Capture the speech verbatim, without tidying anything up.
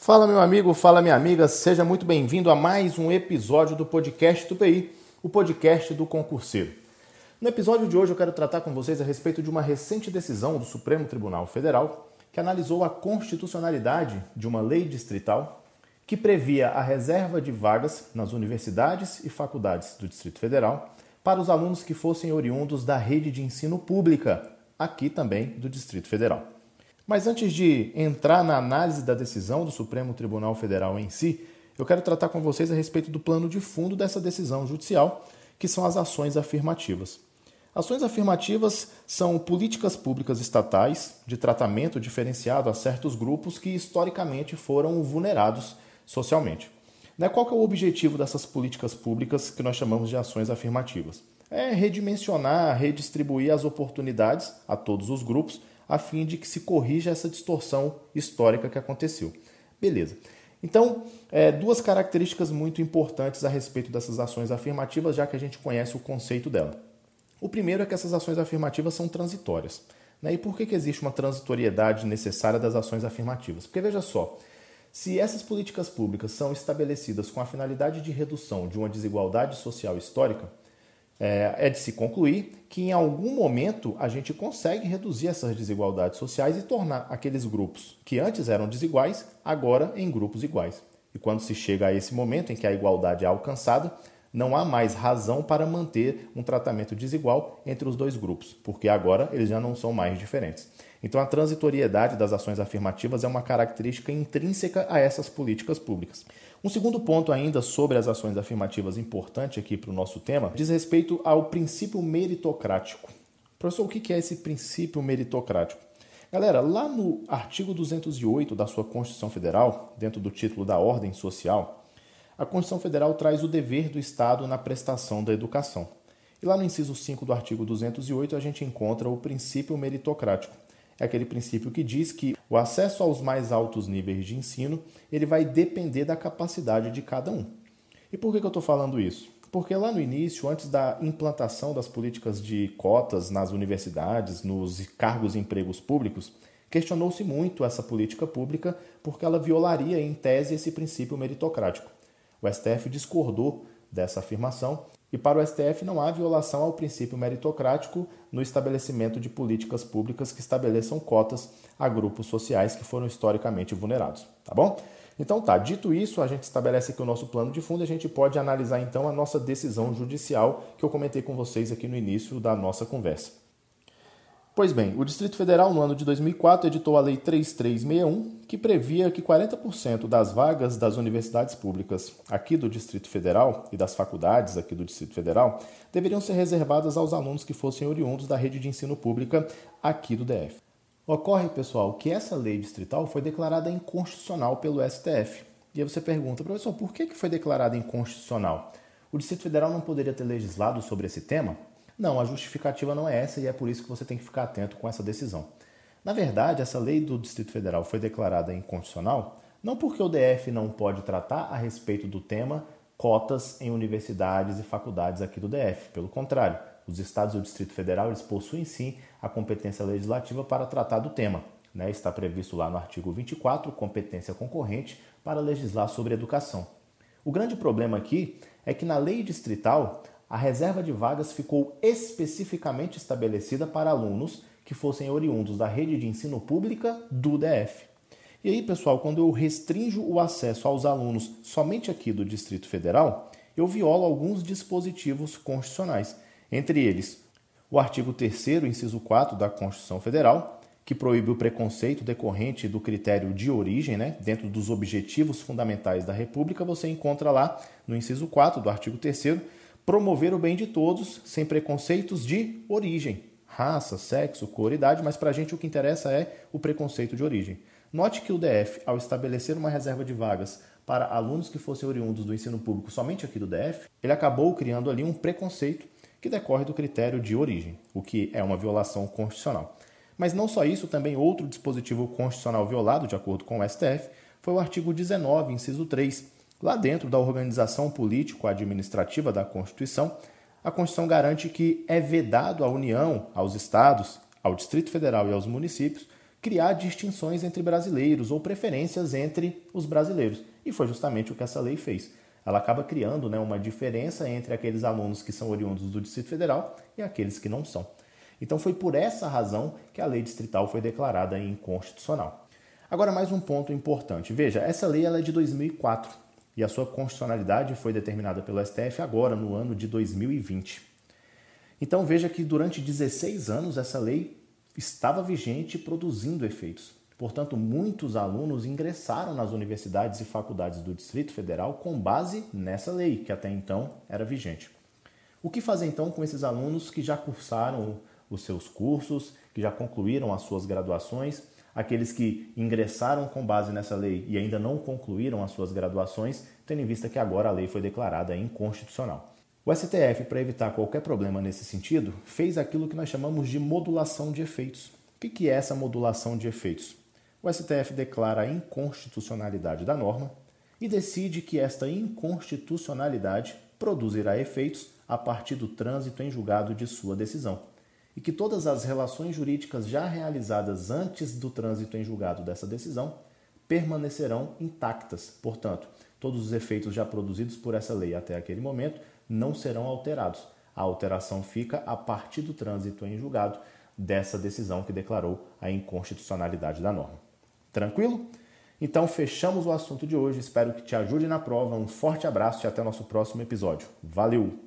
Fala meu amigo, fala minha amiga, seja muito bem-vindo a mais um episódio do podcast do P I, o podcast do concurseiro. No episódio de hoje eu quero tratar com vocês a respeito de uma recente decisão do Supremo Tribunal Federal que analisou a constitucionalidade de uma lei distrital que previa a reserva de vagas nas universidades e faculdades do Distrito Federal para os alunos que fossem oriundos da rede de ensino pública, aqui também do Distrito Federal. Mas antes de entrar na análise da decisão do Supremo Tribunal Federal em si, eu quero tratar com vocês a respeito do plano de fundo dessa decisão judicial, que são as ações afirmativas. Ações afirmativas são políticas públicas estatais de tratamento diferenciado a certos grupos que historicamente foram vulnerados socialmente. Qual que é o objetivo dessas políticas públicas que nós chamamos de ações afirmativas? É redimensionar, redistribuir as oportunidades a todos os grupos, a fim de que se corrija essa distorção histórica que aconteceu. Beleza. Então, é, duas características muito importantes a respeito dessas ações afirmativas, já que a gente conhece o conceito dela. O primeiro é que essas ações afirmativas são transitórias. Né? E por que, que existe uma transitoriedade necessária das ações afirmativas? Porque veja só, se essas políticas públicas são estabelecidas com a finalidade de redução de uma desigualdade social histórica, é de se concluir que em algum momento a gente consegue reduzir essas desigualdades sociais e tornar aqueles grupos que antes eram desiguais, agora em grupos iguais. E quando se chega a esse momento em que a igualdade é alcançada, não há mais razão para manter um tratamento desigual entre os dois grupos, porque agora eles já não são mais diferentes. Então a transitoriedade das ações afirmativas é uma característica intrínseca a essas políticas públicas. Um segundo ponto ainda sobre as ações afirmativas importante aqui para o nosso tema diz respeito ao princípio meritocrático. Professor, o que é esse princípio meritocrático? Galera, lá no artigo duzentos e oito da sua Constituição Federal, dentro do título da Ordem Social, a Constituição Federal traz o dever do Estado na prestação da educação. E lá no inciso cinco do artigo duzentos e oito a gente encontra o princípio meritocrático. É aquele princípio que diz que o acesso aos mais altos níveis de ensino ele vai depender da capacidade de cada um. E por que, que eu estou falando isso? Porque lá no início, antes da implantação das políticas de cotas nas universidades, nos cargos e empregos públicos, questionou-se muito essa política pública porque ela violaria, em tese, esse princípio meritocrático. O S T F discordou dessa afirmação e para o S T F não há violação ao princípio meritocrático no estabelecimento de políticas públicas que estabeleçam cotas a grupos sociais que foram historicamente vulnerados, tá bom? Então tá, dito isso, a gente estabelece aqui o nosso plano de fundo e a gente pode analisar então a nossa decisão judicial que eu comentei com vocês aqui no início da nossa conversa. Pois bem, o Distrito Federal, no ano de dois mil e quatro, editou a Lei três mil trezentos e sessenta e um, que previa que quarenta por cento das vagas das universidades públicas aqui do Distrito Federal e das faculdades aqui do Distrito Federal deveriam ser reservadas aos alunos que fossem oriundos da rede de ensino pública aqui do D F. Ocorre, pessoal, que essa lei distrital foi declarada inconstitucional pelo S T F. E aí você pergunta, professor, por que foi declarada inconstitucional? O Distrito Federal não poderia ter legislado sobre esse tema? Não, a justificativa não é essa e é por isso que você tem que ficar atento com essa decisão. Na verdade, essa lei do Distrito Federal foi declarada inconstitucional não porque o D F não pode tratar a respeito do tema cotas em universidades e faculdades aqui do D F. Pelo contrário, os estados e o Distrito Federal eles possuem sim a competência legislativa para tratar do tema. Né? Está previsto lá no artigo vinte e quatro, competência concorrente para legislar sobre educação. O grande problema aqui é que na lei distrital a reserva de vagas ficou especificamente estabelecida para alunos que fossem oriundos da rede de ensino pública do D F. E aí, pessoal, quando eu restringo o acesso aos alunos somente aqui do Distrito Federal, eu violo alguns dispositivos constitucionais. Entre eles, o artigo terceiro, inciso quatro da Constituição Federal, que proíbe o preconceito decorrente do critério de origem, né? Dentro dos objetivos fundamentais da República, você encontra lá, no inciso quatro do artigo terceiro, promover o bem de todos, sem preconceitos de origem, raça, sexo, cor, idade, mas para a gente o que interessa é o preconceito de origem. Note que o D F, ao estabelecer uma reserva de vagas para alunos que fossem oriundos do ensino público somente aqui do D F, ele acabou criando ali um preconceito que decorre do critério de origem, o que é uma violação constitucional. Mas não só isso, também outro dispositivo constitucional violado, de acordo com o S T F, foi o artigo dezenove, inciso três, lá dentro da organização político-administrativa da Constituição, a Constituição garante que é vedado à União, aos estados, ao Distrito Federal e aos municípios criar distinções entre brasileiros ou preferências entre os brasileiros. E foi justamente o que essa lei fez. Ela acaba criando, né, uma diferença entre aqueles alunos que são oriundos do Distrito Federal e aqueles que não são. Então foi por essa razão que a lei distrital foi declarada inconstitucional. Agora mais um ponto importante. Veja, essa lei ela é de dois mil e quatro e a sua constitucionalidade foi determinada pelo S T F agora, no ano de dois mil e vinte. Então veja que durante dezesseis anos essa lei estava vigente e produzindo efeitos. Portanto, muitos alunos ingressaram nas universidades e faculdades do Distrito Federal com base nessa lei, que até então era vigente. O que fazer então com esses alunos que já cursaram os seus cursos, que já concluíram as suas graduações, aqueles que ingressaram com base nessa lei e ainda não concluíram as suas graduações, tendo em vista que agora a lei foi declarada inconstitucional? O S T F, para evitar qualquer problema nesse sentido, fez aquilo que nós chamamos de modulação de efeitos. O que é essa modulação de efeitos? O S T F declara a inconstitucionalidade da norma e decide que esta inconstitucionalidade produzirá efeitos a partir do trânsito em julgado de sua decisão e que todas as relações jurídicas já realizadas antes do trânsito em julgado dessa decisão permanecerão intactas. Portanto, todos os efeitos já produzidos por essa lei até aquele momento não serão alterados. A alteração fica a partir do trânsito em julgado dessa decisão que declarou a inconstitucionalidade da norma. Tranquilo? Então fechamos o assunto de hoje. Espero que te ajude na prova. Um forte abraço e até nosso próximo episódio. Valeu!